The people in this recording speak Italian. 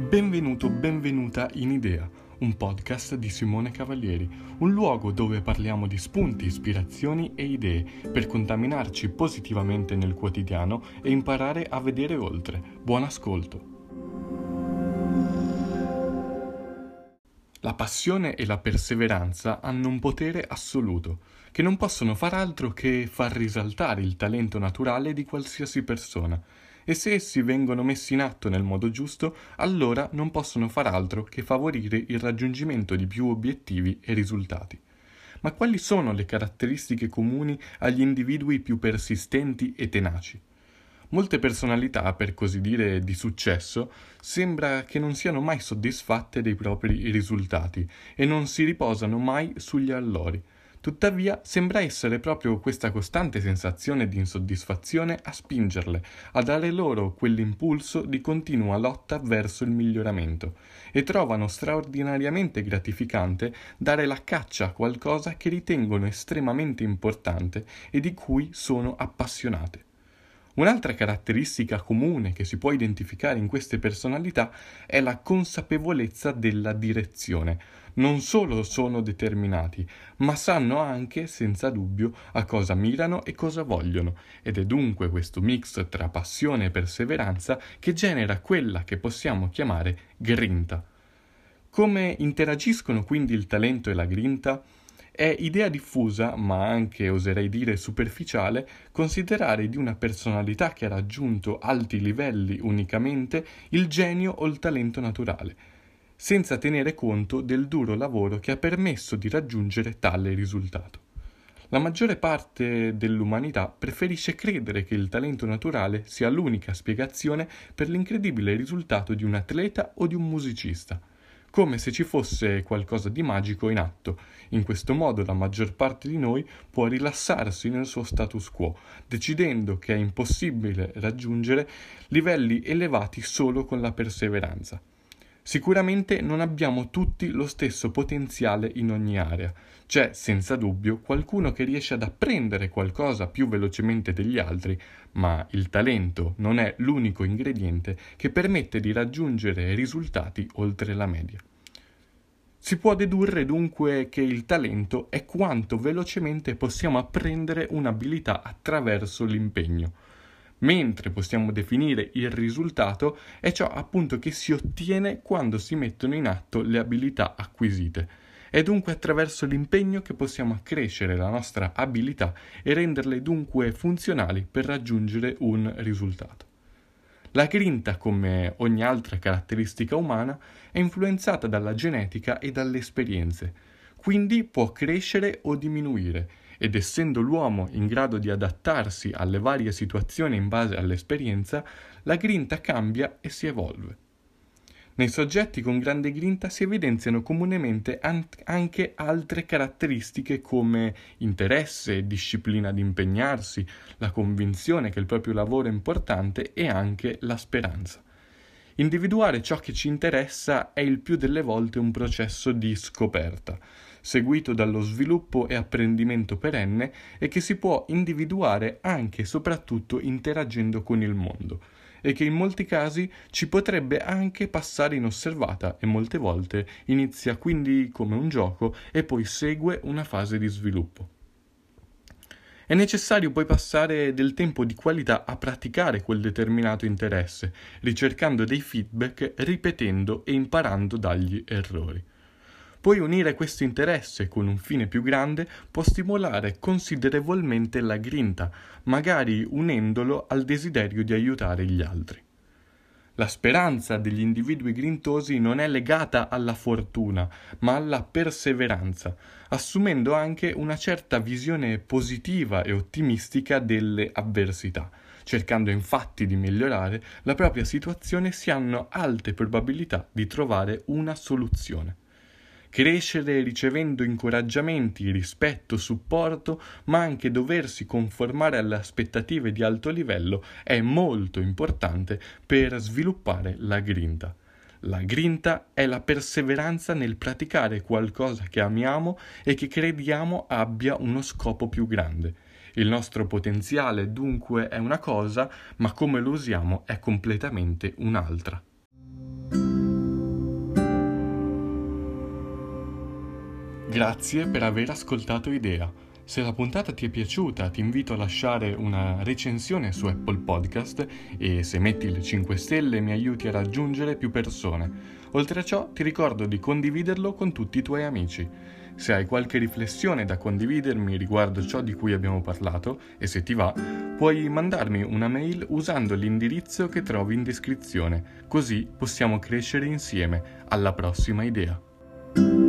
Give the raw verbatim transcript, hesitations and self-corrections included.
Benvenuto, benvenuta in Idea, un podcast di Simone Cavalieri, un luogo dove parliamo di spunti, ispirazioni e idee per contaminarci positivamente nel quotidiano e imparare a vedere oltre. Buon ascolto! La passione e la perseveranza hanno un potere assoluto, che non possono far altro che far risaltare il talento naturale di qualsiasi persona. E se essi vengono messi in atto nel modo giusto, allora non possono far altro che favorire il raggiungimento di più obiettivi e risultati. Ma quali sono le caratteristiche comuni agli individui più persistenti e tenaci? Molte personalità, per così dire, di successo, sembra che non siano mai soddisfatte dei propri risultati e non si riposano mai sugli allori. Tuttavia, sembra essere proprio questa costante sensazione di insoddisfazione a spingerle, a dare loro quell'impulso di continua lotta verso il miglioramento, e trovano straordinariamente gratificante dare la caccia a qualcosa che ritengono estremamente importante e di cui sono appassionate. Un'altra caratteristica comune che si può identificare in queste personalità è la consapevolezza della direzione. Non solo sono determinati, ma sanno anche, senza dubbio, a cosa mirano e cosa vogliono, ed è dunque questo mix tra passione e perseveranza che genera quella che possiamo chiamare grinta. Come interagiscono quindi il talento e la grinta? È idea diffusa, ma anche oserei dire superficiale, considerare di una personalità che ha raggiunto alti livelli unicamente il genio o il talento naturale, senza tenere conto del duro lavoro che ha permesso di raggiungere tale risultato. La maggiore parte dell'umanità preferisce credere che il talento naturale sia l'unica spiegazione per l'incredibile risultato di un atleta o di un musicista, come se ci fosse qualcosa di magico in atto. In questo modo la maggior parte di noi può rilassarsi nel suo status quo, decidendo che è impossibile raggiungere livelli elevati solo con la perseveranza. Sicuramente non abbiamo tutti lo stesso potenziale in ogni area. C'è, senza dubbio, qualcuno che riesce ad apprendere qualcosa più velocemente degli altri, ma il talento non è l'unico ingrediente che permette di raggiungere risultati oltre la media. Si può dedurre dunque che il talento è quanto velocemente possiamo apprendere un'abilità attraverso l'impegno, mentre possiamo definire il risultato è ciò appunto che si ottiene quando si mettono in atto le abilità acquisite. È dunque attraverso l'impegno che possiamo accrescere la nostra abilità e renderle dunque funzionali per raggiungere un risultato. La grinta, come ogni altra caratteristica umana, è influenzata dalla genetica e dalle esperienze, quindi può crescere o diminuire, ed essendo l'uomo in grado di adattarsi alle varie situazioni in base all'esperienza, la grinta cambia e si evolve. Nei soggetti con grande grinta si evidenziano comunemente an- anche altre caratteristiche come interesse, disciplina di impegnarsi, la convinzione che il proprio lavoro è importante e anche la speranza. Individuare ciò che ci interessa è il più delle volte un processo di scoperta, seguito dallo sviluppo e apprendimento perenne e che si può individuare anche e soprattutto interagendo con il mondo, e che in molti casi ci potrebbe anche passare inosservata e molte volte inizia quindi come un gioco e poi segue una fase di sviluppo. È necessario poi passare del tempo di qualità a praticare quel determinato interesse, ricercando dei feedback, ripetendo e imparando dagli errori. Poi unire questo interesse con un fine più grande può stimolare considerevolmente la grinta, magari unendolo al desiderio di aiutare gli altri. La speranza degli individui grintosi non è legata alla fortuna, ma alla perseveranza, assumendo anche una certa visione positiva e ottimistica delle avversità. Cercando infatti di migliorare la propria situazione, si hanno alte probabilità di trovare una soluzione. Crescere ricevendo incoraggiamenti, rispetto, supporto, ma anche doversi conformare alle aspettative di alto livello è molto importante per sviluppare la grinta. La grinta è la perseveranza nel praticare qualcosa che amiamo e che crediamo abbia uno scopo più grande. Il nostro potenziale dunque è una cosa, ma come lo usiamo è completamente un'altra. Grazie per aver ascoltato Idea. Se la puntata ti è piaciuta, ti invito a lasciare una recensione su Apple Podcast e se metti le cinque stelle mi aiuti a raggiungere più persone. Oltre a ciò, ti ricordo di condividerlo con tutti i tuoi amici. Se hai qualche riflessione da condividermi riguardo ciò di cui abbiamo parlato, e se ti va, puoi mandarmi una mail usando l'indirizzo che trovi in descrizione, così possiamo crescere insieme. Alla prossima idea.